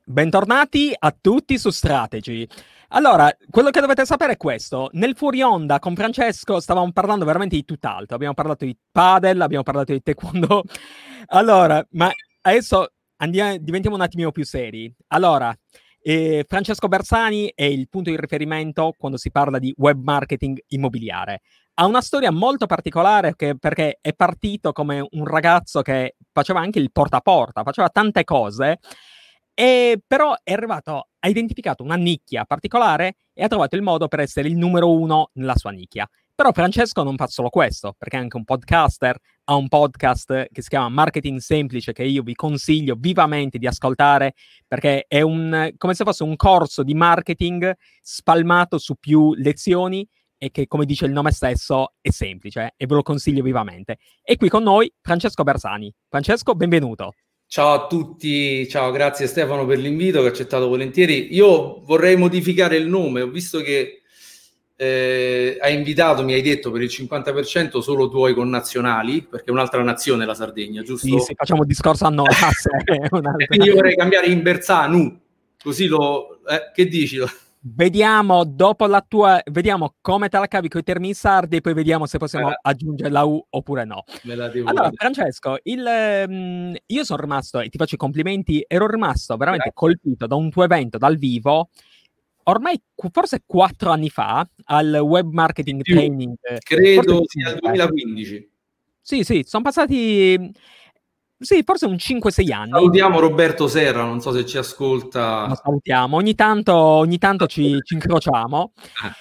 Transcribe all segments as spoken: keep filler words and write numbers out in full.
Bentornati a tutti su Strategy. Allora, quello che dovete sapere è questo. Nel fuori onda con Francesco stavamo parlando veramente di tutt'altro. Abbiamo parlato di padel, abbiamo parlato di taekwondo. Allora, ma adesso andiamo, diventiamo un attimino più seri. Allora, eh, Francesco Bersani è il punto di riferimento quando si parla di web marketing immobiliare. Ha una storia molto particolare che, perché è partito come un ragazzo che faceva anche il porta a porta, faceva tante cose. E però è arrivato, ha identificato una nicchia particolare e ha trovato il modo per essere il numero uno nella sua nicchia. Però Francesco non fa solo questo, perché è anche un podcaster, ha un podcast che si chiama Marketing Semplice, che io vi consiglio vivamente di ascoltare, perché è un, come se fosse un corso di marketing spalmato su più lezioni e che, come dice il nome stesso, è semplice e ve lo consiglio vivamente. E qui con noi Francesco Bersani. Francesco, benvenuto. Ciao a tutti, ciao, grazie Stefano per l'invito che ho accettato volentieri. Io vorrei modificare il nome, ho visto che eh, hai invitato, mi hai detto per il cinquanta per cento solo tuoi connazionali, perché è un'altra nazione la Sardegna, giusto? Sì, sì, facciamo un discorso a noi. E quindi io vorrei cambiare in Bersanu, così lo... Eh, che dici? Vediamo dopo la tua, vediamo come te la cavi con i termini sardi e poi vediamo se possiamo eh. aggiungere la U oppure no. Allora, Francesco, il, um, io sono rimasto, e ti faccio i complimenti, ero rimasto veramente Grazie. colpito da un tuo evento dal vivo, ormai forse quattro anni fa, al Web Marketing Più, Training. Credo sia il duemilaquindici. Sì, sì, sono passati... Sì, forse un cinque sei anni. Salutiamo Roberto Serra, non so se ci ascolta. Lo salutiamo, ogni tanto, ogni tanto ci, ci incrociamo.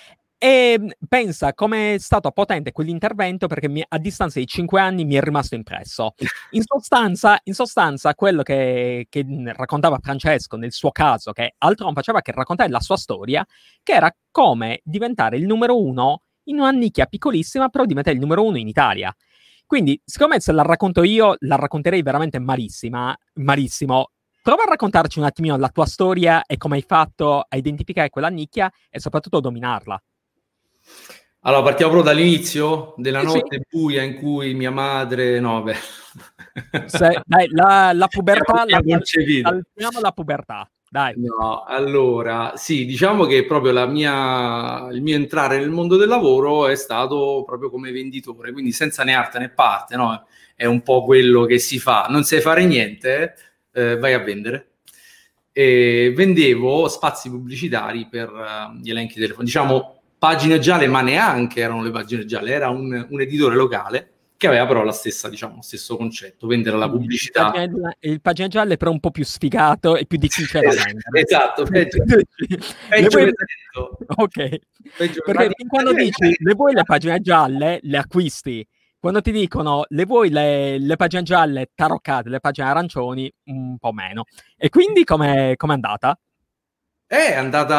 E pensa come è stato potente quell'intervento, perché mi, a distanza di cinque anni mi è rimasto impresso. In sostanza, in sostanza quello che, che raccontava Francesco nel suo caso, che altro non faceva che raccontare la sua storia, che era come diventare il numero uno in una nicchia piccolissima, però diventare il numero uno in Italia. Quindi, secondo me, se la racconto io, la racconterei veramente malissima, malissimo. Prova a raccontarci un attimino la tua storia e come hai fatto a identificare quella nicchia e soprattutto dominarla. Allora, partiamo proprio dall'inizio della sì, notte sì. buia in cui mia madre... No, beh... Se, dai, la, la pubertà, la, concepita. saltiamo la pubertà. Dai. No, allora, sì, diciamo che proprio la mia, il mio entrare nel mondo del lavoro è stato proprio come venditore, quindi senza né arte né parte, no? È un po' quello che si fa. Non sai fare niente, eh, vai a vendere. E vendevo spazi pubblicitari per uh, gli elenchi telefonici, diciamo pagine gialle, ma neanche erano le pagine gialle, era un, un editore locale che aveva però la stessa, diciamo, lo stesso concetto, vendere la pubblicità. Il pagina, il pagina giallo è però un po' più sfigato e più difficile da vendere. Esatto, peggio, peggio vuoi... Ok, peggio perché fin quando dici le vuoi le pagine gialle, le acquisti. Quando ti dicono le vuoi le, le pagine gialle taroccate, le pagine arancioni, un po' meno. E quindi com'è, com'è andata? È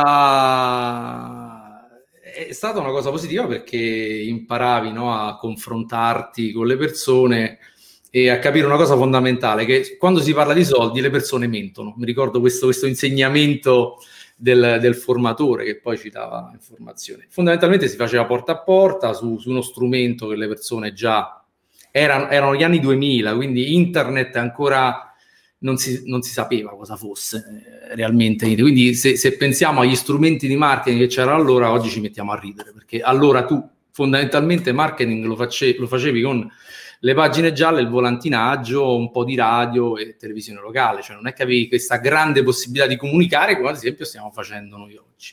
andata... È stata una cosa positiva perché imparavi, no, a confrontarti con le persone e a capire una cosa fondamentale, che quando si parla di soldi le persone mentono. Mi ricordo questo, questo insegnamento del, del formatore che poi ci dava informazioni. Fondamentalmente si faceva porta a porta su, su uno strumento che le persone già... Erano, erano gli anni duemila, quindi internet ancora... Non si, non si sapeva cosa fosse eh, realmente. Quindi se, se pensiamo agli strumenti di marketing che c'erano allora, oggi ci mettiamo a ridere, perché allora tu fondamentalmente marketing lo, face, lo facevi con le pagine gialle, il volantinaggio, un po' di radio e televisione locale, cioè non è che avevi questa grande possibilità di comunicare come ad esempio stiamo facendo noi oggi.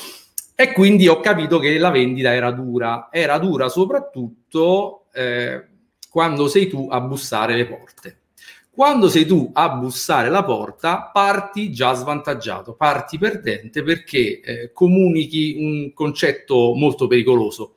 E quindi ho capito che la vendita era dura, era dura soprattutto eh, quando sei tu a bussare le porte. Quando sei tu a bussare la porta, parti già svantaggiato, parti perdente perché eh, comunichi un concetto molto pericoloso.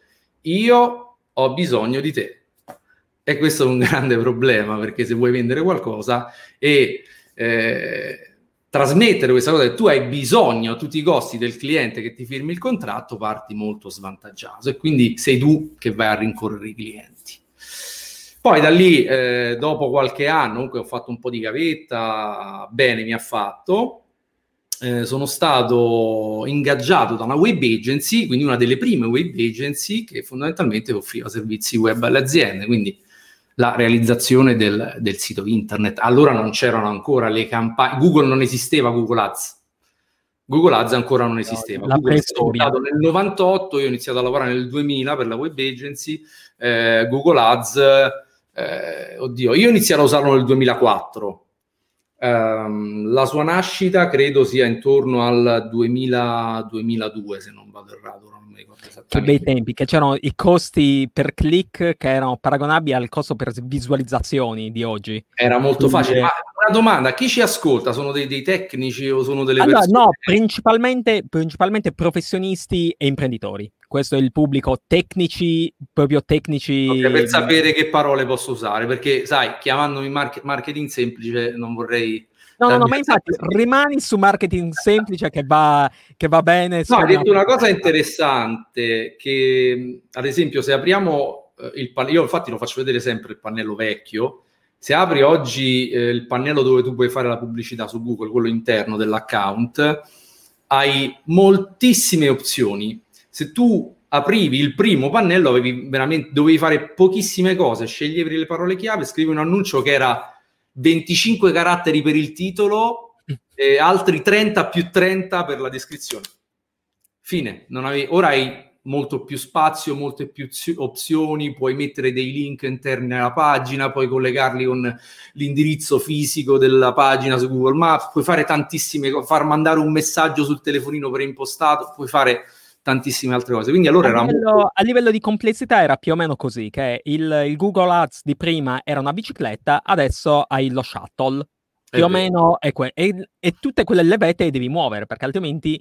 Io ho bisogno di te. E questo è un grande problema, perché se vuoi vendere qualcosa e eh, trasmettere questa cosa che tu hai bisogno a tutti i costi del cliente che ti firmi il contratto, parti molto svantaggiato e quindi sei tu che vai a rincorrere i clienti. Poi da lì, eh, dopo qualche anno, comunque ho fatto un po' di gavetta, bene mi ha fatto, eh, sono stato ingaggiato da una web agency, quindi una delle prime web agency che fondamentalmente offriva servizi web alle aziende, quindi la realizzazione del, del sito internet. Allora non c'erano ancora le campagne, Google non esisteva, Google Ads. Google Ads ancora non esisteva. La Google è preistoria. stato nel novantotto, io ho iniziato a lavorare nel duemila per la web agency, eh, Google Ads, eh, oddio, io ho iniziato a usarlo nel duemilaquattro. Um, la sua nascita credo sia intorno al duemila duemiladue, se non vado errato, non mi ricordo esattamente. Che bei tempi, che c'erano i costi per click che erano paragonabili al costo per visualizzazioni di oggi. Era molto Quindi, facile. Ma una domanda, chi ci ascolta? Sono dei, dei tecnici o sono delle allora, persone? no, principalmente, principalmente professionisti e imprenditori. Questo è il pubblico, tecnici, proprio tecnici. Okay, per sapere che parole posso usare, perché sai, chiamandomi market, marketing semplice non vorrei... No, no, no, ma infatti rimani su marketing semplice che va, che va bene. No, hai detto una cosa interessante, che ad esempio se apriamo eh, il pannello, io infatti lo faccio vedere sempre il pannello vecchio, se apri oggi eh, il pannello dove tu puoi fare la pubblicità su Google, quello interno dell'account, hai moltissime opzioni. Se tu aprivi il primo pannello, avevi veramente, dovevi fare pochissime cose, sceglievi le parole chiave, scrivi un annuncio che era venticinque caratteri per il titolo e altri trenta più trenta per la descrizione. Fine. Non avevi, ora hai molto più spazio, molte più opzioni, puoi mettere dei link interni alla pagina, puoi collegarli con l'indirizzo fisico della pagina su Google Maps, puoi fare tantissime cose, far mandare un messaggio sul telefonino preimpostato, puoi fare tantissime altre cose. Quindi allora a, era livello, molto... a livello di complessità era più o meno così, che il, il Google Ads di prima era una bicicletta, adesso hai lo shuttle. Più o meno è que- e, e tutte quelle levette devi muovere, perché altrimenti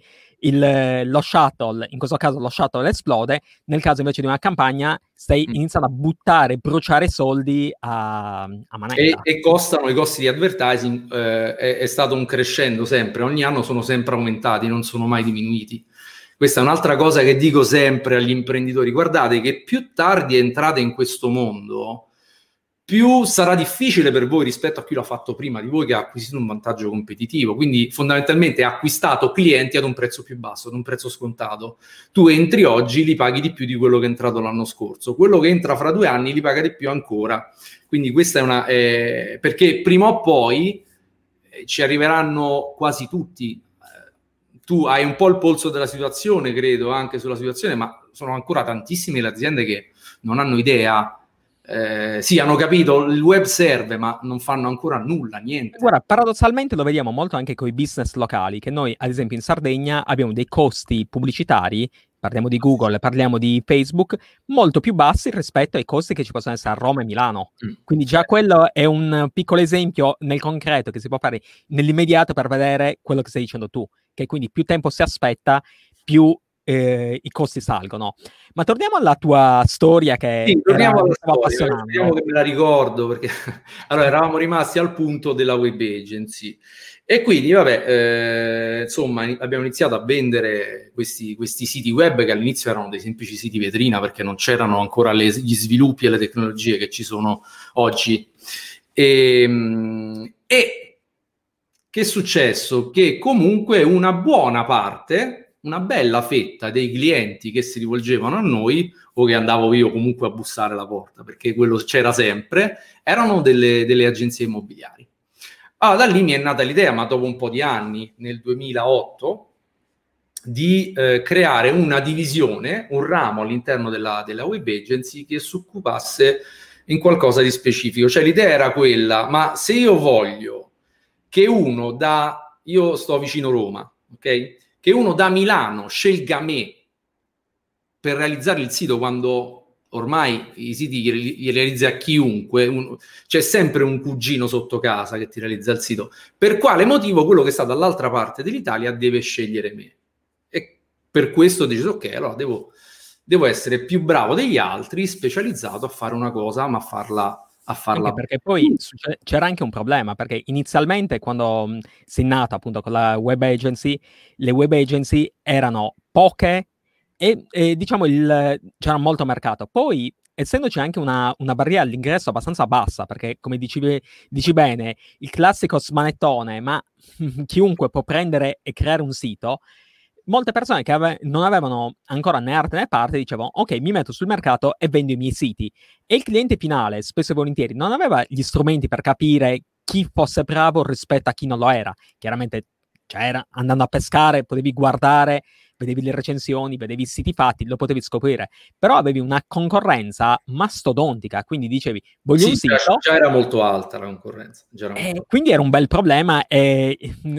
il, lo shuttle, in questo caso lo shuttle esplode, nel caso invece di una campagna stai Mm. iniziando a buttare, bruciare soldi a, a manetta. E, e costano, i costi di advertising eh, è, è stato un crescendo sempre, ogni anno sono sempre aumentati, non sono mai diminuiti. Questa è un'altra cosa che dico sempre agli imprenditori, guardate che più tardi entrate in questo mondo, più sarà difficile per voi rispetto a chi l'ha fatto prima di voi, che ha acquisito un vantaggio competitivo. Quindi fondamentalmente ha acquistato clienti ad un prezzo più basso, ad un prezzo scontato. Tu entri oggi, li paghi di più di quello che è entrato l'anno scorso. Quello che entra fra due anni li paga di più ancora. Quindi questa è una... Eh, perché prima o poi eh, ci arriveranno quasi tutti. Eh, tu hai un po' il polso della situazione, credo, anche sulla situazione, ma sono ancora tantissime le aziende che non hanno idea. Eh, sì, hanno capito, il web serve, ma non fanno ancora nulla, niente. Guarda, paradossalmente lo vediamo molto anche con i business locali, che noi, ad esempio, in Sardegna abbiamo dei costi pubblicitari, parliamo di Google, parliamo di Facebook, molto più bassi rispetto ai costi che ci possono essere a Roma e Milano. Mm. Quindi già quello è un piccolo esempio nel concreto che si può fare nell'immediato per vedere quello che stai dicendo tu, che quindi più tempo si aspetta, più eh, i costi salgono. Ma torniamo alla tua storia che sì, torniamo era, alla stava storia, appassionando. speriamo che me la ricordo, perché allora eravamo rimasti al punto della web agency e quindi vabbè, eh, insomma abbiamo iniziato a vendere questi, questi siti web che all'inizio erano dei semplici siti vetrina, perché non c'erano ancora le, gli sviluppi e le tecnologie che ci sono oggi. E, e che è successo? Che comunque una buona parte, una bella fetta dei clienti che si rivolgevano a noi, o che andavo io comunque a bussare alla porta, perché quello c'era sempre, erano delle, delle agenzie immobiliari. Allora, da lì mi è nata l'idea, ma dopo un po' di anni, nel duemilaotto, di eh, creare una divisione, un ramo all'interno della, della web agency che si occupasse in qualcosa di specifico. Cioè l'idea era quella, ma se io voglio che uno da, io sto vicino Roma, ok? Che uno da Milano scelga me per realizzare il sito, quando ormai i siti li realizza a chiunque, un, c'è sempre un cugino sotto casa che ti realizza il sito. Per quale motivo quello che sta dall'altra parte dell'Italia deve scegliere me? E per questo dici, ok, allora devo, devo essere più bravo degli altri, specializzato a fare una cosa, ma a farla... A farla... Anche perché poi c'era anche un problema, perché inizialmente quando mh, si è nata appunto con la web agency, le web agency erano poche e, e diciamo il, c'era molto mercato. Poi, essendoci anche una, una barriera all'ingresso abbastanza bassa, perché come dici, dici bene, il classico smanettone, ma chiunque può prendere e creare un sito, molte persone che ave- non avevano ancora né arte né parte dicevano ok, mi metto sul mercato e vendo i miei siti. E il cliente finale, spesso e volentieri, non aveva gli strumenti per capire chi fosse bravo rispetto a chi non lo era. Chiaramente, cioè, era, andando a pescare, potevi guardare, vedevi le recensioni, vedevi i siti fatti, lo potevi scoprire. Però avevi una concorrenza mastodontica, quindi dicevi, voglio un Sì, già, sito... già era molto alta la concorrenza. Già era molto E alta. quindi era un bel problema e,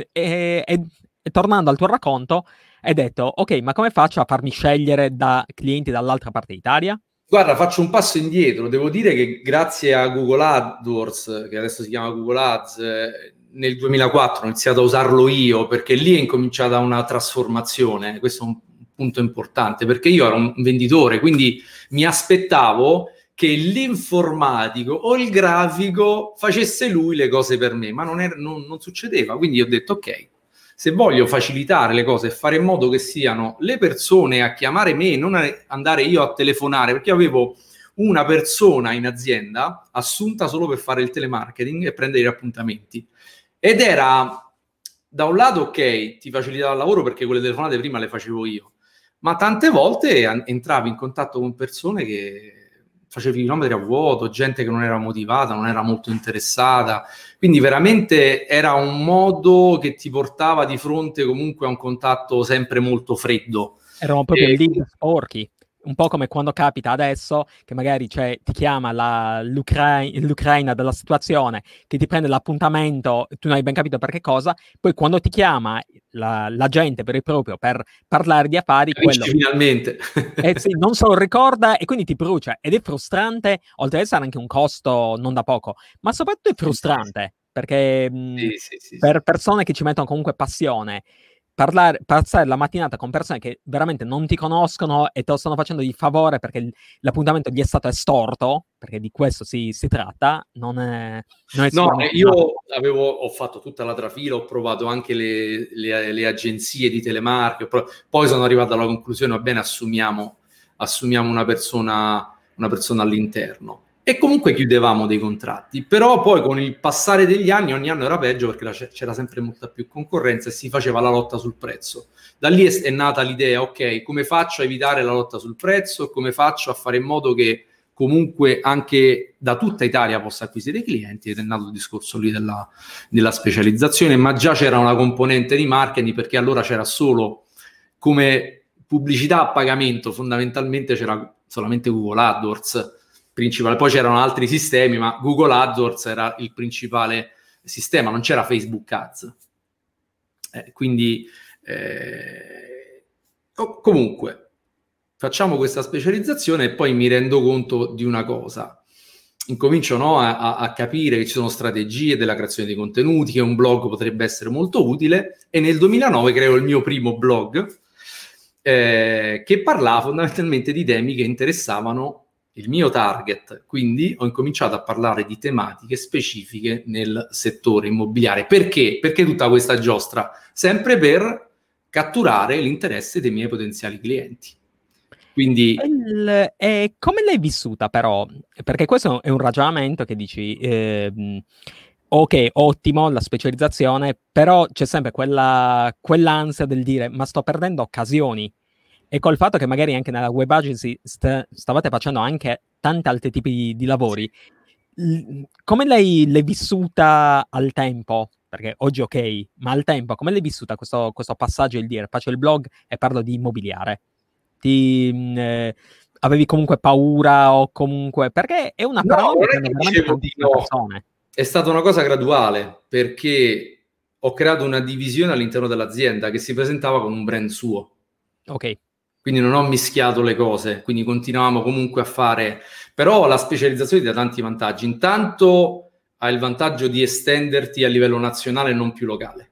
e- e- e tornando al tuo racconto, hai detto, ok, ma come faccio a farmi scegliere da clienti dall'altra parte d'Italia? Guarda, faccio un passo indietro. Devo dire che grazie a Google AdWords, che adesso si chiama Google Ads, eh, nel duemilaquattro ho iniziato a usarlo io, perché lì è incominciata una trasformazione. Questo è un punto importante, perché io ero un venditore, quindi mi aspettavo che l'informatico o il grafico facesse lui le cose per me, ma non, era, non, non succedeva. Quindi ho detto, ok, se voglio facilitare le cose e fare in modo che siano le persone a chiamare me, non andare io a telefonare, perché avevo una persona in azienda assunta solo per fare il telemarketing e prendere gli appuntamenti. Ed era, da un lato, ok, ti facilitava il lavoro perché quelle telefonate prima le facevo io, ma tante volte entravi in contatto con persone che facevi chilometri a vuoto, gente che non era motivata, non era molto interessata, quindi veramente era un modo che ti portava di fronte comunque a un contatto sempre molto freddo. Erano proprio E lead sporchi, un po' come quando capita adesso che magari c'è, ti chiama la- l'Ucra- l'Ucraina della situazione, che ti prende l'appuntamento, tu non hai ben capito per che cosa, poi quando ti chiama la, la gente per il proprio per parlare di affari, capisci quello finalmente. eh sì, non se lo ricorda e quindi ti brucia ed è frustrante, oltre ad essere anche un costo non da poco, ma soprattutto è frustrante perché mh, Sì, sì, sì, sì. per persone che ci mettono comunque passione, parlare, passare la mattinata con persone che veramente non ti conoscono e te lo stanno facendo di favore perché l- l'appuntamento gli è stato estorto, perché di questo si, si tratta, non è, non è No, eh, sicuramente una... io avevo, ho fatto tutta la trafila, ho provato anche le, le- le agenzie di telemarketing, pro- poi sono arrivato alla conclusione, va bene, assumiamo, assumiamo una persona, una persona all'interno. E comunque chiudevamo dei contratti, però poi con il passare degli anni, ogni anno era peggio perché la- c'era sempre molta più concorrenza e si faceva la lotta sul prezzo. Da lì è, è nata l'idea, ok, come faccio a evitare la lotta sul prezzo, come faccio a fare in modo che comunque anche da tutta Italia possa acquisire clienti, ed è nato il discorso lì della, della specializzazione, ma già c'era una componente di marketing perché allora c'era solo come pubblicità a pagamento, fondamentalmente c'era solamente Google AdWords principale, poi c'erano altri sistemi, ma Google AdWords era il principale sistema, non c'era Facebook Ads. Eh, quindi eh, oh, comunque facciamo questa specializzazione e poi mi rendo conto di una cosa. Incomincio no, a, a capire che ci sono strategie della creazione di contenuti, che un blog potrebbe essere molto utile e nel duemilanove creo il mio primo blog eh, che parlava fondamentalmente di temi che interessavano il mio target. Quindi ho incominciato a parlare di tematiche specifiche nel settore immobiliare. Perché? Perché tutta questa giostra? Sempre per catturare l'interesse dei miei potenziali clienti. Quindi Il- e come l'hai vissuta però? Perché questo è un ragionamento che dici, ehm, ok, ottimo la specializzazione, però c'è sempre quella, quell'ansia del dire, ma sto perdendo occasioni. E col fatto che magari anche nella web agency st- stavate facendo anche tanti altri tipi di, di sì. lavori, l- come l'hai, l'hai vissuta al tempo? Perché oggi ok, ma al tempo come l'hai vissuta questo, questo passaggio del dire faccio il blog e parlo di immobiliare? Ti, mh, eh, avevi comunque paura o comunque... Perché è una No, paranoia non che è prende che veramente dicevo di tantissime no, persone. è stata una cosa graduale perché ho creato una divisione all'interno dell'azienda che si presentava con un brand suo. Ok, Quindi non ho mischiato le cose, quindi continuavamo comunque a fare, però la specializzazione ti dà tanti vantaggi. Intanto hai il vantaggio di estenderti a livello nazionale e non più locale.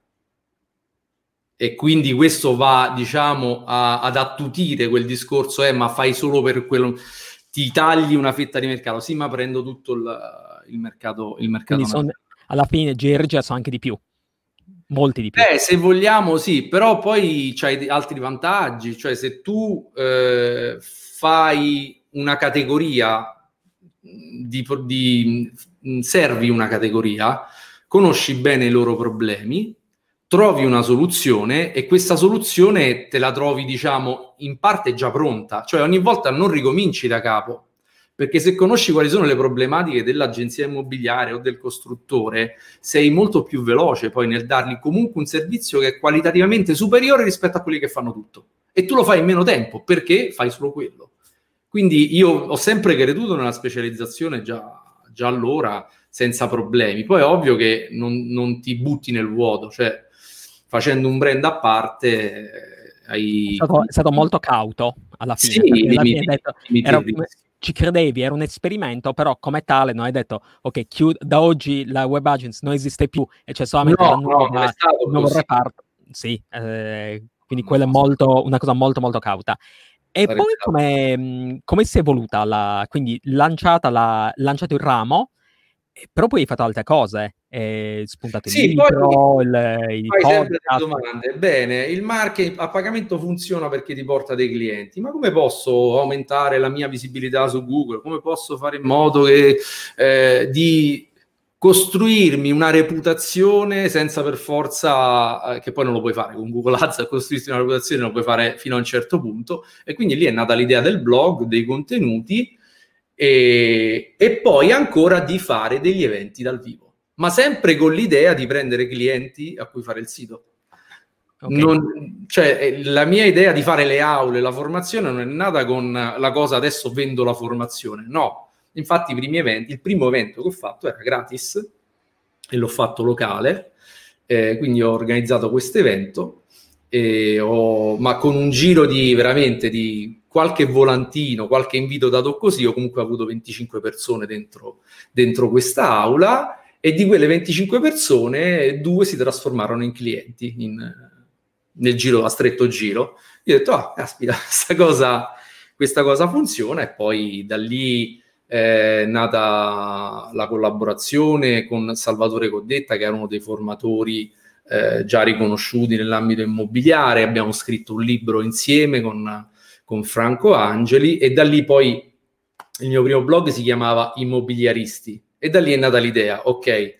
E quindi questo va, diciamo, a, ad attutire quel discorso, eh, ma fai solo per quello, ti tagli una fetta di mercato. Sì, ma prendo tutto il, il mercato, il mercato quindi son- nazionale. alla fine G R G sono anche di più, molti di più. Beh, se vogliamo, sì, però poi c'hai altri vantaggi, cioè se tu eh, fai una categoria, di, di, servi una categoria, conosci bene i loro problemi, trovi una soluzione e questa soluzione te la trovi, diciamo, in parte già pronta, cioè ogni volta non ricominci da capo, perché se conosci quali sono le problematiche dell'agenzia immobiliare o del costruttore, sei molto più veloce poi nel dargli comunque un servizio che è qualitativamente superiore rispetto a quelli che fanno tutto. E tu lo fai in meno tempo, perché fai solo quello. Quindi io ho sempre creduto nella specializzazione già, già allora, senza problemi. Poi è ovvio che non, non ti butti nel vuoto, cioè facendo un brand a parte eh, hai... È stato, è stato molto cauto alla fine, Sì, perché alla fine hai limiti, detto, limiti era- il rischio. ci credevi, era un esperimento, però come tale non hai detto, ok, chiud- da oggi la web agency non esiste più e c'è solamente No, la no, non è nuova, stato il nuovo così. reparto. Sì, eh, quindi No, quella è molto, una cosa molto molto cauta. E sarebbe poi stato... come, mh, come si è evoluta? La, quindi lanciata la, lanciato il ramo, eh, però poi hai fatto altre cose, eh, spuntato il Sì, poi libro, il, i fai sempre delle podcast. domande. Bene, il marketing a pagamento funziona perché ti porta dei clienti, ma come posso aumentare la mia visibilità su Google? Come posso fare in modo che, eh, di costruirmi una reputazione senza per forza, eh, che poi non lo puoi fare con Google Ads, a costruirsi una reputazione lo puoi fare fino a un certo punto, e quindi lì è nata l'idea del blog, dei contenuti, e, e poi ancora di fare degli eventi dal vivo, ma sempre con l'idea di prendere clienti a cui fare il sito. Ok. Non, cioè, la mia idea di fare le aule, la formazione non è nata con la cosa adesso vendo la formazione, no. Infatti i primi eventi, il primo evento che ho fatto era gratis e l'ho fatto locale, eh, quindi ho organizzato questo evento, e ho, ma con un giro di veramente di qualche volantino, qualche invito dato così, ho comunque avuto venticinque persone dentro, dentro questa aula, e di quelle venticinque persone due si trasformarono in clienti in, nel giro, a stretto giro. Io ho detto, ah, caspita, questa cosa, questa cosa funziona, e poi da lì è nata la collaborazione con Salvatore Coddetta, che era uno dei formatori eh, già riconosciuti nell'ambito immobiliare. Abbiamo scritto un libro insieme con, con Franco Angeli, e da lì poi il mio primo blog si chiamava Immobiliaristi, e da lì è nata l'idea, ok,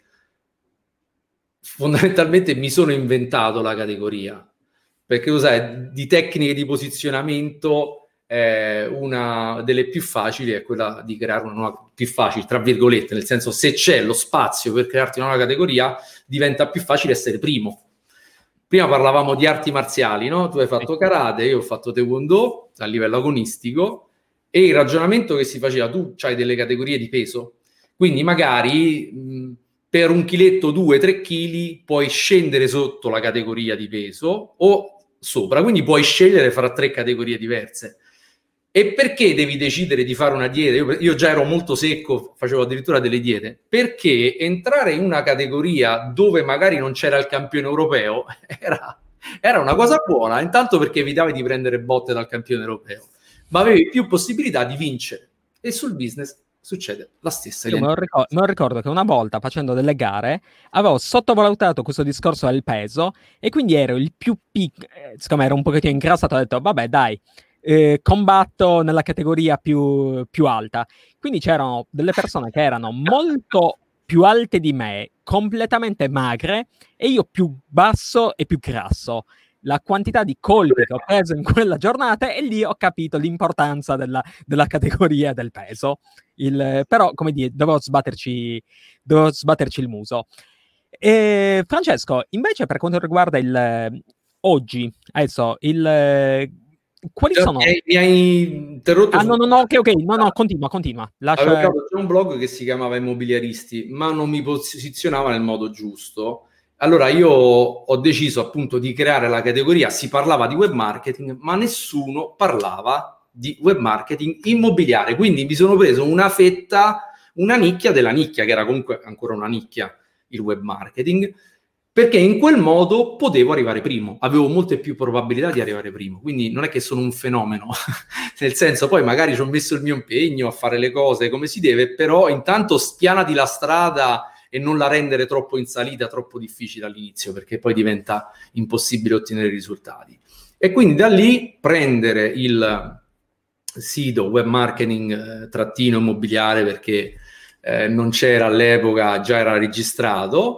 fondamentalmente mi sono inventato la categoria, perché lo sai, di tecniche di posizionamento eh, una delle più facili è quella di creare una nuova, più facile tra virgolette, nel senso, se c'è lo spazio per crearti una nuova categoria diventa più facile essere primo. Prima parlavamo di arti marziali, no? Tu hai fatto karate, io ho fatto taekwondo a livello agonistico, e il ragionamento che si faceva, tu hai delle categorie di peso, quindi magari mh, per un chiletto, due, tre chili puoi scendere sotto la categoria di peso o sopra, quindi puoi scegliere fra tre categorie diverse. E perché devi decidere di fare una dieta? Io, io già ero molto secco, facevo addirittura delle diete, perché entrare in una categoria dove magari non c'era il campione europeo era, era una cosa buona, intanto perché evitavi di prendere botte dal campione europeo, ma avevi più possibilità di vincere. E sul business succede la stessa Io me lo, identica ricor- me lo ricordo che una volta facendo delle gare avevo sottovalutato questo discorso del peso e quindi ero il più piccolo, eh, siccome ero un pochettino incrassato, ho detto vabbè dai, eh, combatto nella categoria più, più alta. Quindi c'erano delle persone che erano molto più alte di me, completamente magre, e io più basso e più grasso. La quantità di colpi che ho preso in quella giornata, e lì ho capito l'importanza della, della categoria del peso. Il, però, come dire, dovevo sbatterci, dovevo sbatterci il muso. E, Francesco, invece, per quanto riguarda il oggi, adesso, il quali cosa. sono? Mi hai, mi hai interrotto Ah, sul... no, no, no, ok, ok, no, no, continua, continua. Avevo Lascia. creato già un blog che si chiamava Immobiliaristi, ma non mi posizionava nel modo giusto. Allora io ho deciso appunto di creare la categoria. Si parlava di web marketing, ma nessuno parlava di web marketing immobiliare. Quindi mi sono preso una fetta, una nicchia della nicchia, che era comunque ancora una nicchia, il web marketing, perché in quel modo potevo arrivare primo, avevo molte più probabilità di arrivare primo. Quindi non è che sono un fenomeno, nel senso, poi magari ci ho messo il mio impegno a fare le cose come si deve, però intanto spianati la strada e non la rendere troppo in salita, troppo difficile all'inizio, perché poi diventa impossibile ottenere risultati. E quindi da lì prendere il sito web marketing eh, trattino immobiliare, perché eh, non c'era all'epoca, già era registrato,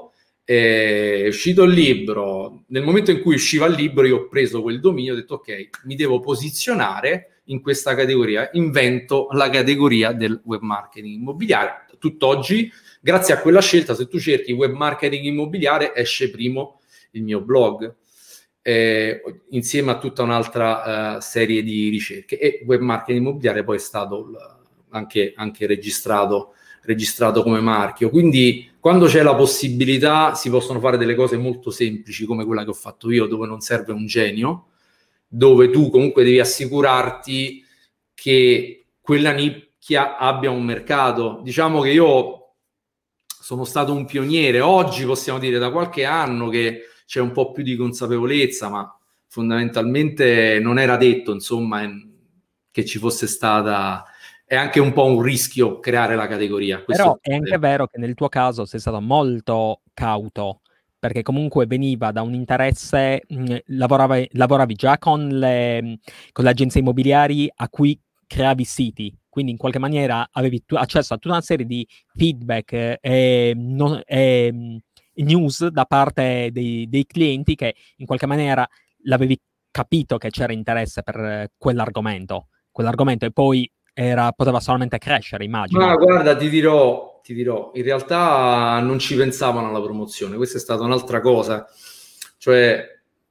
È uscito il libro, nel momento in cui usciva il libro io ho preso quel dominio, ho detto ok, mi devo posizionare in questa categoria, invento la categoria del web marketing immobiliare. Tutt'oggi, grazie a quella scelta, se tu cerchi web marketing immobiliare, esce primo il mio blog, eh, insieme a tutta un'altra uh, serie di ricerche, e web marketing immobiliare poi è stato l- anche, anche registrato, registrato come marchio. Quindi quando c'è la possibilità si possono fare delle cose molto semplici come quella che ho fatto io, dove non serve un genio, dove tu comunque devi assicurarti che quella nicchia abbia un mercato. Diciamo che io sono stato un pioniere, oggi possiamo dire da qualche anno che c'è un po' più di consapevolezza, ma fondamentalmente non era detto, insomma, che ci fosse stata... È anche un po' un rischio creare la categoria. Però è anche vero che nel tuo caso sei stato molto cauto, perché comunque veniva da un interesse, mh, lavoravi, lavoravi già con le, con le agenzie immobiliari a cui creavi siti, quindi in qualche maniera avevi tu, accesso a tutta una serie di feedback eh, e, non, e mh, news da parte dei, dei clienti che in qualche maniera l'avevi capito che c'era interesse per eh, quell'argomento, quell'argomento e poi era, poteva solamente crescere, immagino. Ma guarda, ti dirò, ti dirò, in realtà non ci pensavano alla promozione, questa è stata un'altra cosa, cioè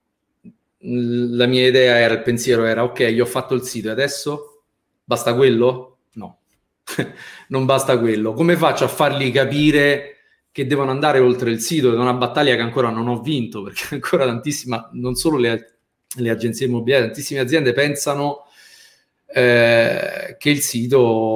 la mia idea era, il pensiero era, ok, io ho fatto il sito e adesso basta quello? No, non basta quello. Come faccio a fargli capire che devono andare oltre il sito? È una battaglia che ancora non ho vinto, perché ancora tantissima, non solo le, le agenzie immobiliari, tantissime aziende pensano eh, che il sito,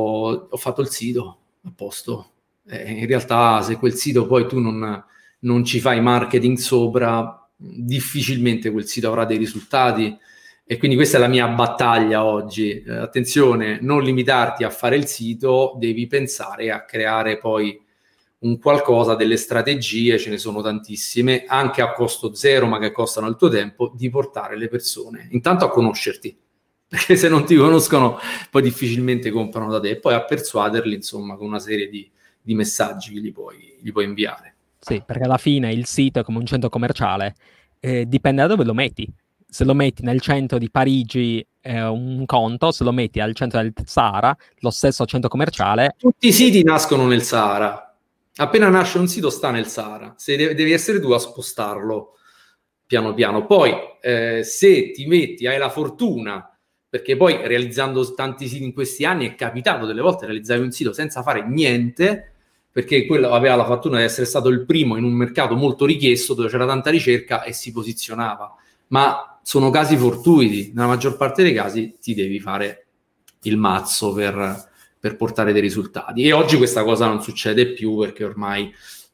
ho fatto il sito, a posto. Eh, in realtà se quel sito poi tu non, non ci fai marketing sopra, difficilmente quel sito avrà dei risultati. E quindi questa è la mia battaglia oggi. Eh, attenzione, non limitarti a fare il sito, devi pensare a creare poi un qualcosa, delle strategie, ce ne sono tantissime, anche a costo zero, ma che costano il tuo tempo, di portare le persone intanto a conoscerti, perché se non ti conoscono poi difficilmente comprano da te, e poi a persuaderli, insomma, con una serie di, di messaggi che gli puoi, gli puoi inviare. Sì, perché alla fine il sito è come un centro commerciale, eh, dipende da dove lo metti. Se lo metti nel centro di Parigi è un conto, se lo metti al centro del Sahara, lo stesso centro commerciale. Tutti i siti nascono nel Sahara. Appena nasce un sito sta nel Sahara. Se devi, devi essere tu a spostarlo piano piano. Poi eh, se ti metti, hai la fortuna, perché poi realizzando tanti siti in questi anni è capitato delle volte realizzavi un sito senza fare niente, perché quello aveva la fortuna di essere stato il primo in un mercato molto richiesto dove c'era tanta ricerca e si posizionava. Ma sono casi fortuiti, nella maggior parte dei casi ti devi fare il mazzo per, per portare dei risultati. E oggi questa cosa non succede più, perché ormai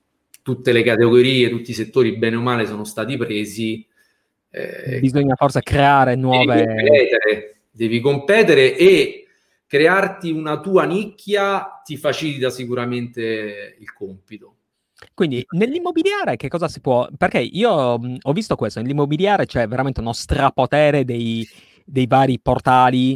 tutte le categorie, tutti i settori bene o male sono stati presi. Eh, Bisogna forse creare nuove... Devi competere, devi competere e crearti una tua nicchia ti facilita sicuramente il compito. Quindi nell'immobiliare che cosa si può... Perché io mh, ho visto questo, nell'immobiliare c'è veramente uno strapotere dei, dei vari portali,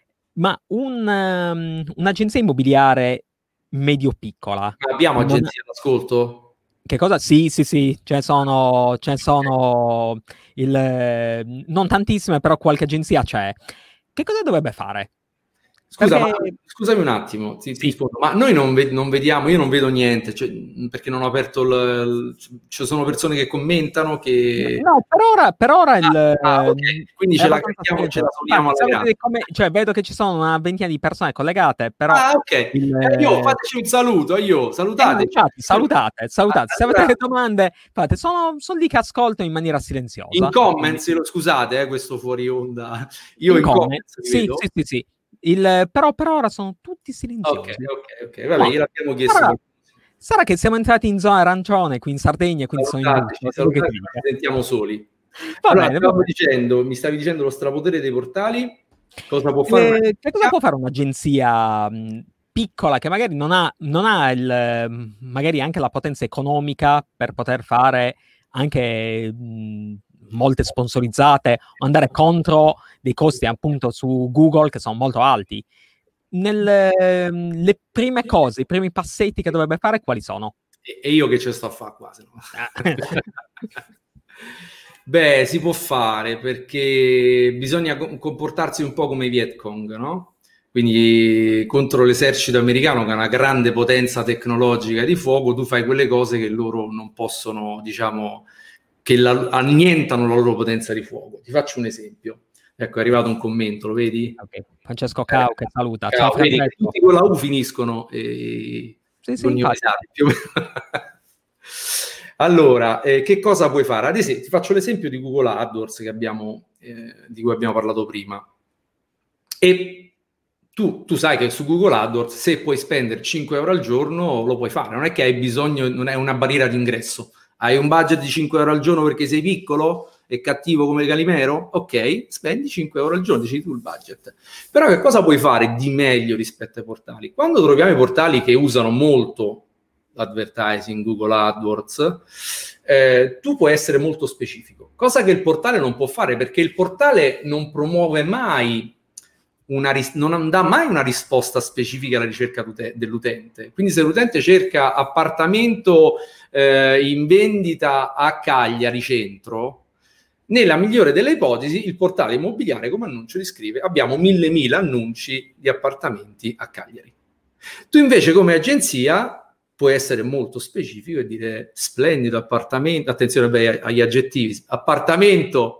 ma un, um, un'agenzia immobiliare medio-piccola... Abbiamo non... agenzie d'ascolto? Che cosa? Sì, sì, sì, ce ne sono, ce ne sono il, eh, non tantissime, però qualche agenzia c'è. Che cosa dovrebbe fare? Scusa, ma, Perché scusami un attimo, ti, ti sì, rispondo, ma noi non, ve- non vediamo, io non vedo niente, cioè, perché non ho aperto il, il- ci sono persone che commentano che... no, per ora, per ora il, Ah, ah, ok, ehm, quindi è ce la abbastanza cacchiamo, ce la silenzioso. suoniamo Infatti, se alla avete grande. dei come- cioè, vedo che ci sono una ventina di persone collegate, però Ah, ok. Eh, il, io, eh, fateci un saluto, io, eh, no, salutateci. infatti, salutate, Ah, salutate. Se avete allora, delle domande, fate, sono, sono lì che ascolto in maniera silenziosa. in Quindi, comments, lo- scusate, eh, questo fuori onda, io in in comment, comments li sì, vedo. sì, sì, sì. Il, però per ora sono tutti Ok, silenziosi. ok, ok, vabbè, No, gliel'abbiamo chiesto. sarà, per- sarà che siamo entrati in zona arancione qui in Sardegna, quindi sono in Salutateci, bufala. Tu che salutateci, non dica? ci sentiamo soli. Va Allora, bene, va stavamo bene. dicendo, mi stavi dicendo lo strapotere dei portali, cosa può fare Eh, che cosa un'agenzia? può fare un'agenzia mh, piccola che magari non ha, non ha il, mh, magari anche la potenza economica per poter fare anche mh, molte sponsorizzate o andare contro dei costi appunto su Google che sono molto alti? Nelle, le prime cose, i primi passetti che dovrebbe fare, quali sono? E, e io che ce sto a fare qua, se no. Beh, si può fare perché bisogna comportarsi un po' come i Viet Cong, no? Quindi contro l'esercito americano, che è una grande potenza tecnologica di fuoco, tu fai quelle cose che loro non possono, diciamo, che la, annientano la loro potenza di fuoco. Ti faccio un esempio. Ecco, è arrivato un commento, lo vedi? Okay. Francesco Cao eh, che saluta. Ciao, Ciao vedi, Francesco. tutti con la U finiscono e Sì, sì, infatti. più o meno. Allora, eh, che cosa puoi fare? Ad esempio, ti faccio l'esempio di Google AdWords che abbiamo, eh, di cui abbiamo parlato prima. E tu, tu sai che su Google AdWords, se puoi spendere cinque euro al giorno, lo puoi fare. Non è che hai bisogno, non è una barriera d'ingresso. Hai un budget di cinque euro al giorno perché sei piccolo e cattivo come Calimero? Ok, spendi cinque euro al giorno, decidi tu il budget. Però che cosa puoi fare di meglio rispetto ai portali? Quando troviamo i portali che usano molto l'advertising, Google AdWords, eh, tu puoi essere molto specifico, cosa che il portale non può fare, perché il portale non promuove mai una ris- non dà mai una risposta specifica alla ricerca dell'utente. Quindi se l'utente cerca appartamento eh, in vendita a Cagliari centro, nella migliore delle ipotesi il portale immobiliare come annuncio descrive abbiamo mille mila annunci di appartamenti a Cagliari. Tu invece come agenzia puoi essere molto specifico e dire splendido appartamento, attenzione beh, agli aggettivi, appartamento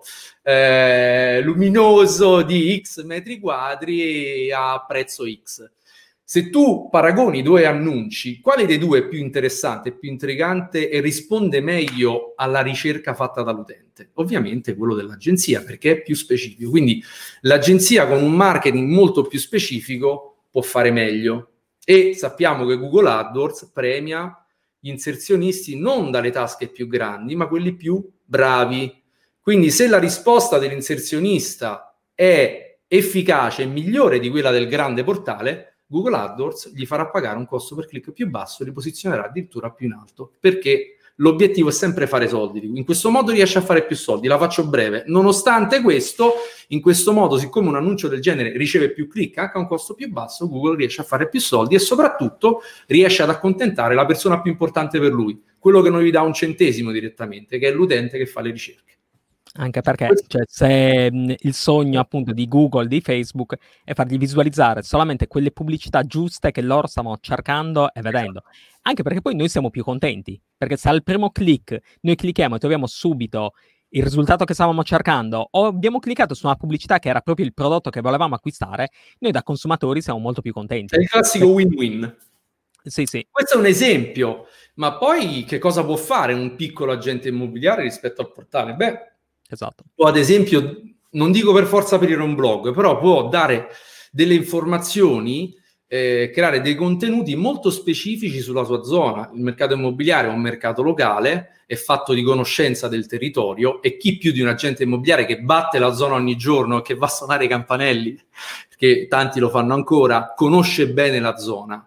eh, luminoso di X metri quadri a prezzo X. Se tu paragoni due annunci, quale dei due è più interessante, più intrigante e risponde meglio alla ricerca fatta dall'utente? Ovviamente quello dell'agenzia, perché è più specifico. Quindi l'agenzia con un marketing molto più specifico può fare meglio. E sappiamo che Google AdWords premia gli inserzionisti non dalle tasche più grandi, ma quelli più bravi. Quindi se la risposta dell'inserzionista è efficace e migliore di quella del grande portale, Google AdWords gli farà pagare un costo per click più basso e li posizionerà addirittura più in alto, perché l'obiettivo è sempre fare soldi. In questo modo riesce a fare più soldi. La faccio breve. Nonostante questo, in questo modo, siccome un annuncio del genere riceve più click anche a un costo più basso, Google riesce a fare più soldi e soprattutto riesce ad accontentare la persona più importante per lui, quello che non gli dà un centesimo direttamente, che è l'utente che fa le ricerche. Anche perché cioè, se mh, il sogno appunto di Google, di Facebook, è fargli visualizzare solamente quelle pubblicità giuste che loro stanno cercando e vedendo. Anche perché poi noi siamo più contenti, perché se al primo click noi clicchiamo e troviamo subito il risultato che stavamo cercando, o abbiamo cliccato su una pubblicità che era proprio il prodotto che volevamo acquistare, noi da consumatori siamo molto più contenti. È il classico win-win. Sì, sì. Questo è un esempio, ma poi che cosa può fare un piccolo agente immobiliare rispetto al portale? Beh, esatto. Può ad esempio, non dico per forza aprire un blog, però può dare delle informazioni, eh, creare dei contenuti molto specifici sulla sua zona. Il mercato immobiliare è un mercato locale, è fatto di conoscenza del territorio e chi più di un agente immobiliare che batte la zona ogni giorno e che va a suonare i campanelli, perché tanti lo fanno ancora, conosce bene la zona.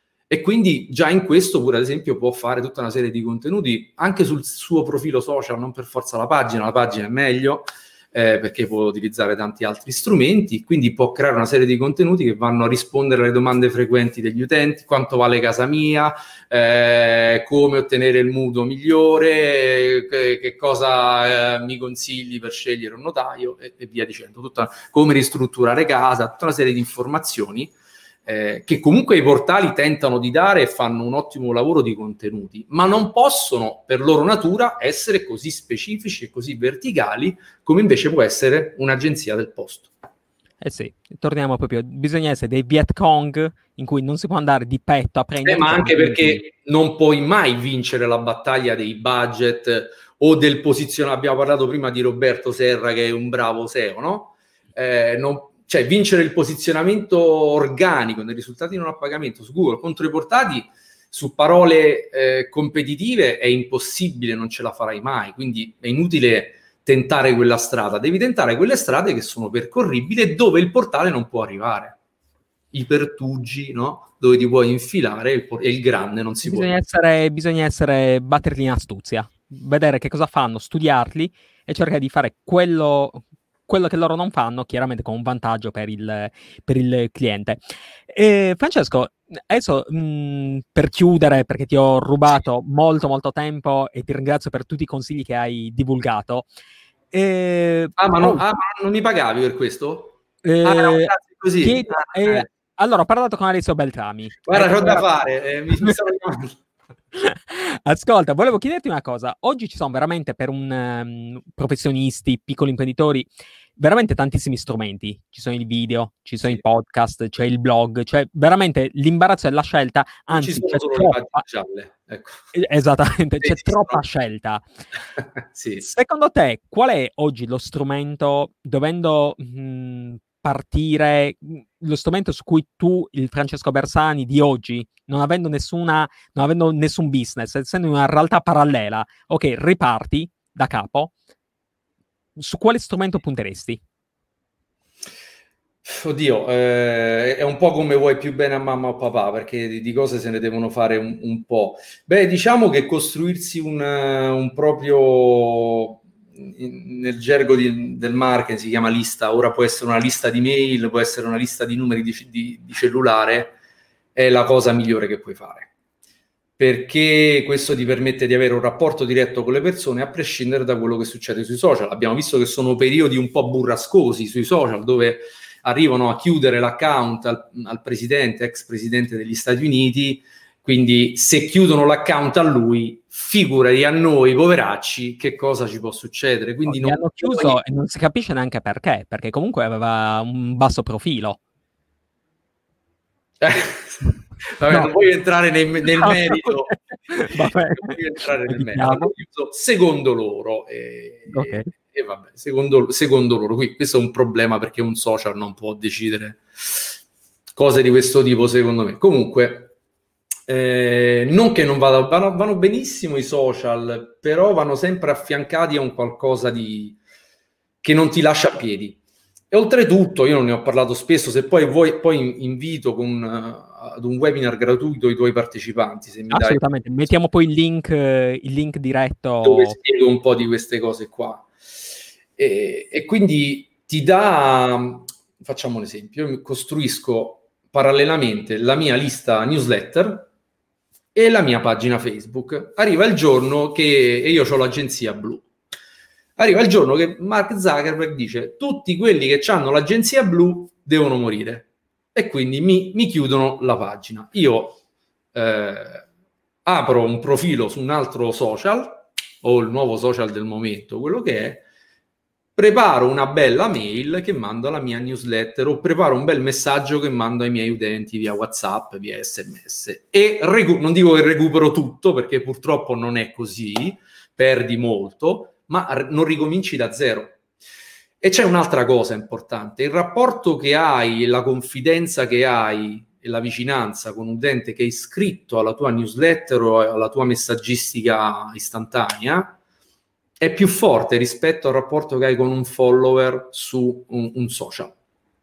E quindi già in questo pure ad esempio può fare tutta una serie di contenuti anche sul suo profilo social, non per forza la pagina, la pagina è meglio eh, perché può utilizzare tanti altri strumenti, quindi può creare una serie di contenuti che vanno a rispondere alle domande frequenti degli utenti: quanto vale casa mia, eh, come ottenere il mutuo migliore, che, che cosa eh, mi consigli per scegliere un notaio e, e via dicendo, tutta, come ristrutturare casa, tutta una serie di informazioni Eh, che comunque i portali tentano di dare e fanno un ottimo lavoro di contenuti, ma non possono per loro natura essere così specifici e così verticali come invece può essere un'agenzia del posto. Eh sì, torniamo proprio, bisogna essere dei Viet Cong in cui non si può andare di petto a prendere... Eh, ma anche perché non puoi mai vincere la battaglia dei budget o del posizionamento. Abbiamo parlato prima di Roberto Serra che è un bravo S E O, no? Eh, non Cioè, vincere il posizionamento organico nei risultati non a pagamento su Google contro i portali su parole eh, competitive è impossibile, non ce la farai mai. Quindi è inutile tentare quella strada. Devi tentare quelle strade che sono percorribili e dove il portale non può arrivare. I pertugi, no? Dove ti puoi infilare e il, il grande non si bisogna può. Essere, bisogna essere, batterli in astuzia, vedere che cosa fanno, studiarli e cercare di fare quello... quello che loro non fanno, chiaramente con un vantaggio per il, per il cliente. E Francesco, adesso mh, per chiudere, perché ti ho rubato molto molto tempo e ti ringrazio per tutti i consigli che hai divulgato. Eh, ah, ma non, oh, ah, ma non mi pagavi per questo? Ah, era un eh, grazie così. chiedi- Ah, eh, eh. allora, ho parlato con Alessio Beltrami. Ha Guarda, detto c'ho che da era- fare, eh, mi, mi stanno chiamando. Ascolta, volevo chiederti una cosa. Oggi ci sono veramente per un um, professionisti, piccoli imprenditori, veramente tantissimi strumenti. Ci sono i video, ci sono Sì. i podcast, c'è il blog, cioè veramente l'imbarazzo è la scelta, Non ci anzi sono c'è solo le troppa, pagine gialle, ecco. eh, esattamente, c'è Esistono. troppa scelta. Sì. Secondo te, qual è oggi lo strumento, dovendo mh, partire, mh, lo strumento su cui tu, il Francesco Bersani di oggi, non avendo nessuna, non avendo nessun business, essendo una realtà parallela, ok, riparti da capo, su quale strumento punteresti? Oddio, eh, è un po' come vuoi più bene a mamma o papà, perché di, di cose se ne devono fare un, un po'. Beh, diciamo che costruirsi un, un proprio, in- nel gergo di- del marketing si chiama lista, ora può essere una lista di mail, può essere una lista di numeri di, di- di cellulare, è la cosa migliore che puoi fare. Perché questo ti permette di avere un rapporto diretto con le persone a prescindere da quello che succede sui social. Abbiamo visto che sono periodi un po' burrascosi sui social, dove arrivano a chiudere l'account al, al presidente, ex presidente degli Stati Uniti, quindi se chiudono l'account a lui, figurati a noi poveracci che cosa ci può succedere. Quindi Gli non hanno puoi... chiuso e non si capisce neanche perché, perché comunque aveva un basso profilo. Vabbè, No. non voglio entrare nel, nel No, merito, vabbè. non voglio entrare nel merito. Evitiamo. Hanno chiuso secondo loro e, Ok. e, e vabbè, secondo, secondo loro. Qui questo è un problema perché un social non può decidere cose di questo tipo, secondo me. Comunque, eh, non che non vada, vanno, vanno benissimo i social, però vanno sempre affiancati a un qualcosa di che non ti lascia a piedi. E oltretutto, io non ne ho parlato spesso, se poi vuoi, poi invito con, uh, ad un webinar gratuito i tuoi partecipanti, se mi dai, Assolutamente, mettiamo poi il link, eh, il link diretto. dove spiego un po' di queste cose qua. E, e quindi ti dà, facciamo un esempio, io costruisco parallelamente la mia lista newsletter e la mia pagina Facebook. Arriva il giorno che, e io ho l'agenzia blu, arriva il giorno che Mark Zuckerberg dice tutti quelli che hanno l'agenzia blu devono morire e quindi mi, mi chiudono la pagina. Io eh, apro un profilo su un altro social o il nuovo social del momento, quello che è, preparo una bella mail che mando alla mia newsletter o preparo un bel messaggio che mando ai miei utenti via WhatsApp, via S M S e recu- non dico che recupero tutto perché purtroppo non è così, perdi molto, ma non ricominci da zero. E c'è un'altra cosa importante, il rapporto che hai, la confidenza che hai e la vicinanza con un utente che è iscritto alla tua newsletter o alla tua messaggistica istantanea è più forte rispetto al rapporto che hai con un follower su un, un social.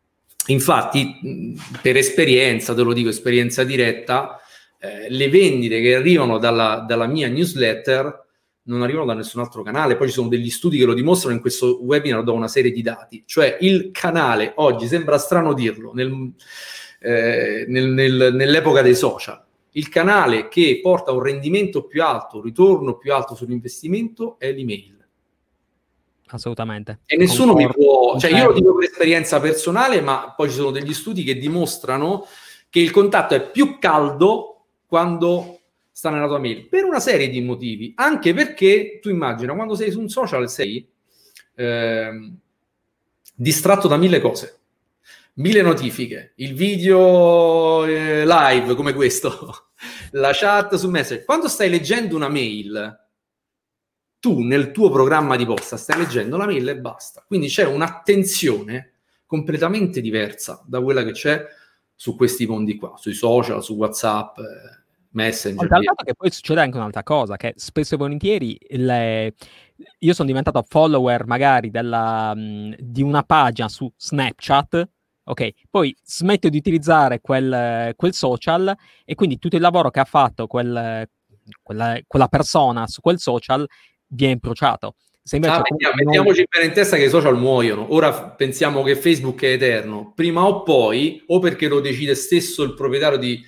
Infatti, per esperienza, te lo dico, esperienza diretta, eh, le vendite che arrivano dalla, dalla mia newsletter non arrivano da nessun altro canale. Poi ci sono degli studi che lo dimostrano, in questo webinar do una serie di dati. Cioè il canale, oggi sembra strano dirlo, nel, eh, nel, nel, nell'epoca dei social, il canale che porta un rendimento più alto, un ritorno più alto sull'investimento è l'email. Assolutamente. E nessuno Concordo, mi può... Cioè io lo confermo. dico per esperienza personale, ma poi ci sono degli studi che dimostrano che il contatto è più caldo quando sta nella tua mail, per una serie di motivi. Anche perché, tu immagina, quando sei su un social sei eh, distratto da mille cose, mille notifiche, il video eh, live come questo, la chat su Messenger. Quando stai leggendo una mail, tu nel tuo programma di posta stai leggendo la mail e basta. Quindi c'è un'attenzione completamente diversa da quella che c'è su questi mondi qua, sui social, su WhatsApp, eh, Messenger. Dal fatto che poi succede anche un'altra cosa, che spesso e volentieri le... io sono diventato follower magari della, mh, di una pagina su Snapchat, ok? Poi smetto di utilizzare quel, quel social e quindi tutto il lavoro che ha fatto quel, quella, quella persona su quel social viene bruciato. Se invece ah, mettiamo, mettiamoci bene in testa che i social muoiono. Ora pensiamo che Facebook è eterno. Prima o poi, o perché lo decide stesso il proprietario di,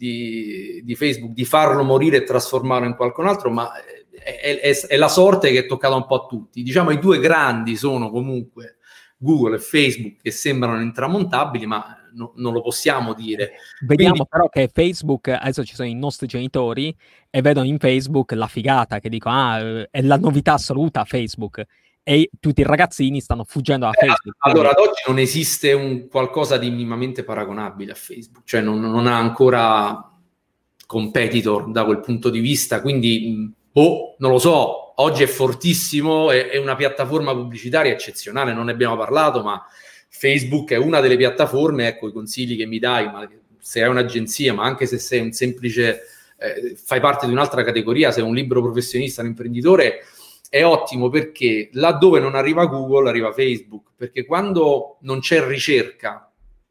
di, di Facebook di farlo morire e trasformarlo in qualcun altro, ma è, è, è la sorte che è toccata un po' a tutti. Diciamo i due grandi sono comunque Google e Facebook, che sembrano intramontabili, ma no, non lo possiamo dire. Vediamo Quindi, però che Facebook, adesso ci sono i nostri genitori e vedono in Facebook la figata, che dicono, ah, è la novità assoluta Facebook. E tutti i ragazzini stanno fuggendo da eh, Facebook. allora, Quindi... ad oggi non esiste un qualcosa di minimamente paragonabile a Facebook, cioè non, non ha ancora competitor da quel punto di vista, quindi, oh, non lo so, oggi è fortissimo, è, è una piattaforma pubblicitaria eccezionale, non ne abbiamo parlato, ma Facebook è una delle piattaforme, ecco i consigli che mi dai, ma se hai un'agenzia, ma anche se sei un semplice, eh, fai parte di un'altra categoria, sei un libero professionista, un imprenditore, è ottimo perché laddove non arriva Google arriva Facebook, perché quando non c'è ricerca,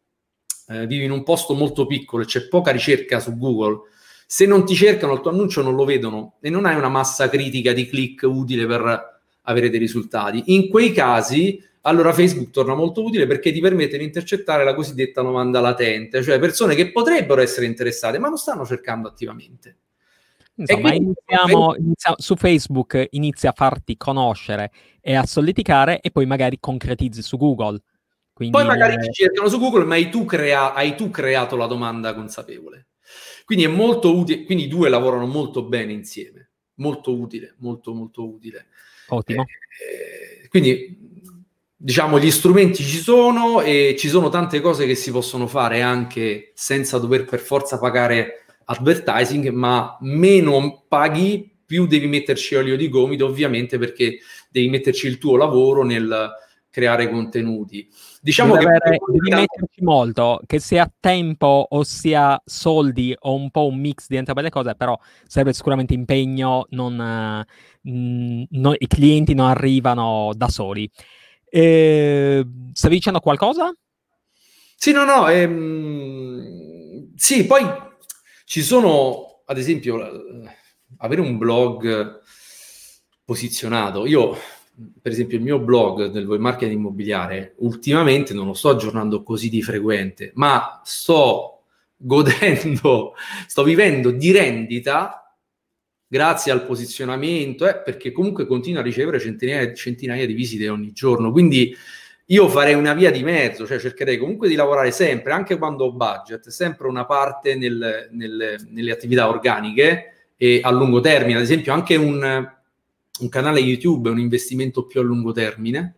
eh, vivi in un posto molto piccolo e c'è poca ricerca su Google, se non ti cercano il tuo annuncio non lo vedono e non hai una massa critica di click utile per avere dei risultati. In quei casi allora Facebook torna molto utile perché ti permette di intercettare la cosiddetta domanda latente, cioè persone che potrebbero essere interessate ma non stanno cercando attivamente. Insomma, quindi, iniziamo, inizia, su Facebook inizia a farti conoscere e a solleticare e poi magari concretizzi su Google. Quindi, poi magari eh... ti cercano su Google, ma hai tu, crea- hai tu creato la domanda consapevole. Quindi è molto utile, quindi i due lavorano molto bene insieme, molto utile, molto molto utile. Ottimo. Eh, quindi diciamo gli strumenti ci sono e ci sono tante cose che si possono fare anche senza dover per forza pagare advertising, ma meno paghi più devi metterci olio di gomito, ovviamente, perché devi metterci il tuo lavoro nel creare contenuti. Diciamo devi, che avere, devi metterci molto, che sia tempo o sia soldi o un po' un mix di entrambe le cose, però serve sicuramente impegno, non, mh, no, i clienti non arrivano da soli. Eh, stavi dicendo qualcosa? Sì, no, no, ehm, sì, poi ci sono, ad esempio, avere un blog posizionato. Io, per esempio, il mio blog del web marketing immobiliare, ultimamente non lo sto aggiornando così di frequente, ma sto godendo, sto vivendo di rendita grazie al posizionamento, eh, perché comunque continua a ricevere centinaia, centinaia di visite ogni giorno. Quindi io farei una via di mezzo, cioè cercherei comunque di lavorare sempre, anche quando ho budget, sempre una parte nel, nel, nelle attività organiche e a lungo termine. Ad esempio anche un, un canale YouTube è un investimento più a lungo termine.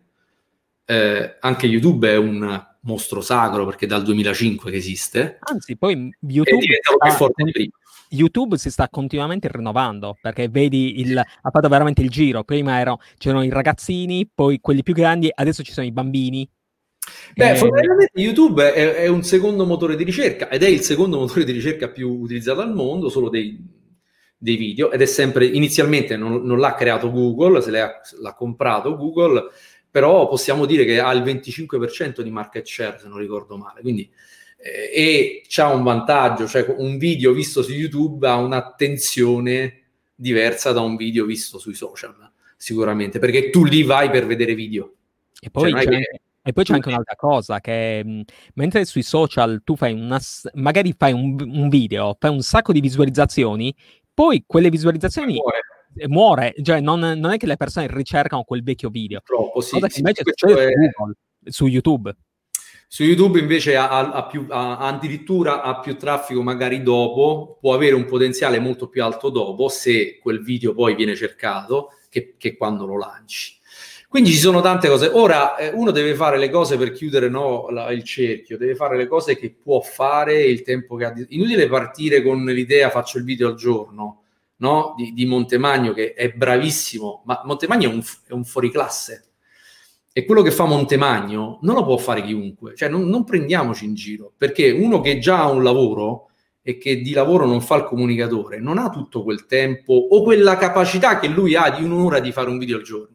Eh, anche YouTube è un mostro sacro perché è dal duemilacinque che esiste. Anzi, poi È YouTube... diventato più forte di prima. YouTube si sta continuamente rinnovando perché vedi il, ha fatto veramente il giro. Prima ero, c'erano i ragazzini, poi quelli più grandi, adesso ci sono i bambini. Beh, Eh, fondamentalmente YouTube è, è un secondo motore di ricerca ed è il secondo motore di ricerca più utilizzato al mondo, solo dei, dei video, ed è sempre, inizialmente non, non l'ha creato Google, se l'ha, l'ha comprato Google, però possiamo dire che ha il venticinque per cento di market share, se non ricordo male, quindi eh, e c'ha un vantaggio, cioè un video visto su YouTube ha un'attenzione diversa da un video visto sui social, sicuramente, perché tu lì vai per vedere video. E poi cioè, c'è che anche, e poi c'è anche un'altra cosa, che mh, mentre sui social tu fai una, magari fai un, un video, fai un sacco di visualizzazioni, poi quelle visualizzazioni muore. muore, cioè non, non è che le persone ricercano quel vecchio video. Purtroppo, sì, Cosa che sì, invece questo succede è... su Google, su YouTube. Su YouTube invece ha, ha più, ha, addirittura ha più traffico magari dopo, può avere un potenziale molto più alto dopo se quel video poi viene cercato che, che quando lo lanci. Quindi ci sono tante cose. Ora eh, uno deve fare le cose per chiudere no, la, il cerchio, deve fare le cose che può fare il tempo che ha. Inutile partire con l'idea faccio il video al giorno, no? Di, di Montemagno che è bravissimo, ma Montemagno è un, è un fuoriclasse. E quello che fa Montemagno non lo può fare chiunque, cioè non, non prendiamoci in giro, perché uno che già ha un lavoro e che di lavoro non fa il comunicatore non ha tutto quel tempo o quella capacità che lui ha di un'ora di fare un video al giorno.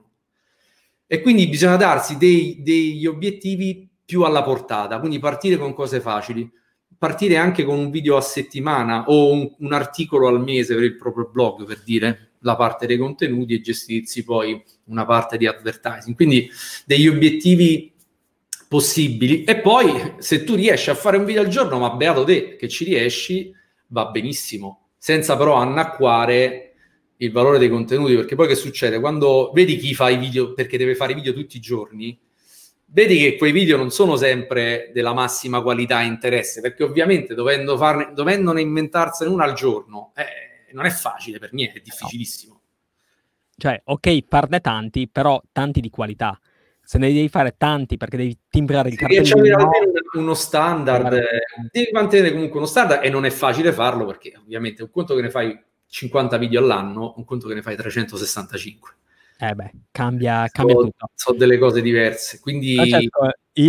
E quindi bisogna darsi dei, degli obiettivi più alla portata, quindi partire con cose facili, partire anche con un video a settimana o un, un articolo al mese per il proprio blog, per dire, la parte dei contenuti e gestirsi poi una parte di advertising. Quindi degli obiettivi possibili, e poi se tu riesci a fare un video al giorno, ma beato te che ci riesci, va benissimo, senza però annacquare il valore dei contenuti, perché poi che succede? Quando vedi chi fa i video, perché deve fare i video tutti i giorni, vedi che quei video non sono sempre della massima qualità e interesse, perché ovviamente dovendo farne, dovendone inventarsene una al giorno, eh, non è facile per niente, è difficilissimo. Cioè, ok, farne tanti, però tanti di qualità. Se ne devi fare tanti perché devi timbrare il Devi cartellino, avere uno standard, eh, devi mantenere comunque uno standard, e non è facile farlo, perché ovviamente un conto che ne fai cinquanta video all'anno, un conto che ne fai trecentosessantacinque. Eh beh, cambia, cambia So, tutto. sono delle cose diverse, quindi... Francesco,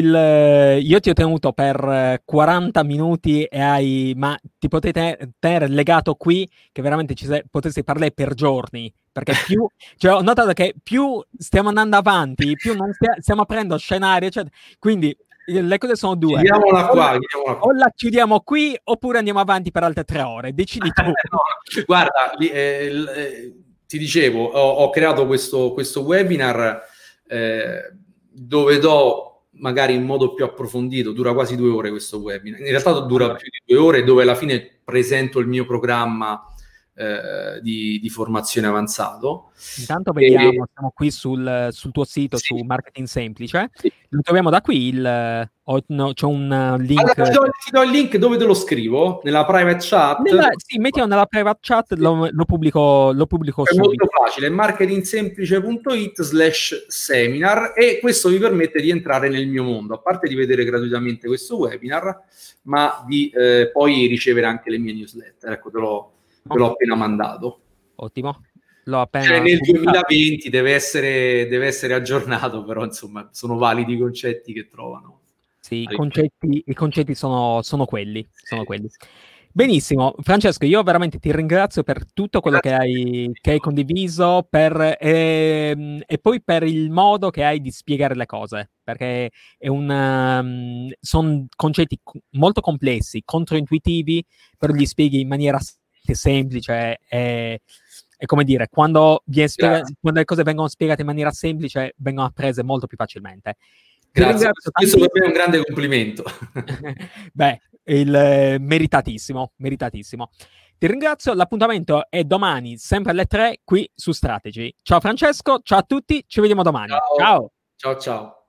il, io ti ho tenuto per quaranta minuti e hai, ma ti potete tenere legato qui che veramente ci sei, potessi parlare per giorni, perché più, cioè ho notato che più stiamo andando avanti, più non stia, stiamo aprendo scenari, eccetera. Quindi le cose sono due. Chiudiamola qua, O, chiudiamola qua. o la chiudiamo qui oppure andiamo avanti per altre tre ore, decidi tu. No, guarda, eh, eh, ti dicevo, ho, ho creato questo, questo webinar eh, dove do, magari in modo più approfondito, dura quasi due ore questo webinar, in realtà dura più di due ore, dove alla fine presento il mio programma eh, di, di formazione avanzato. Intanto vediamo, e, siamo qui sul, sul tuo sito, sì, su Marketing Semplice, sì. Lo troviamo da qui, il, oh, no, c'è un link... Allora, ti, do, ti do il link, dove te lo scrivo? Nella private chat? Nella, sì, mettilo nella private chat, lo, lo pubblico, lo pubblico È subito. molto facile, marketingsemplice punto it slash seminar, e questo vi permette di entrare nel mio mondo, a parte di vedere gratuitamente questo webinar, ma di eh, poi ricevere anche le mie newsletter. Ecco, te l'ho, te l'ho appena mandato. Ottimo. L'ho appena cioè, nel pubblicato. duemilaventi deve essere, deve essere aggiornato, però insomma sono validi i concetti che trovano. Sì, i concetti, i concetti sono, sono quelli, sì. sono quelli. Benissimo, Francesco, io veramente ti ringrazio per tutto quello che hai, che hai condiviso per, ehm, e poi per il modo che hai di spiegare le cose, perché è un, um, sono concetti molto complessi, controintuitivi, però li spieghi in maniera semplice e, e come dire, quando, viene spiega- quando le cose vengono spiegate in maniera semplice, vengono apprese molto più facilmente. Grazie, questo per me è un grande complimento. Beh, il eh, meritatissimo, meritatissimo. Ti ringrazio, l'appuntamento è domani, sempre alle tre, qui su Strategy. Ciao Francesco, ciao a tutti, ci vediamo domani. Ciao. Ciao, ciao. ciao.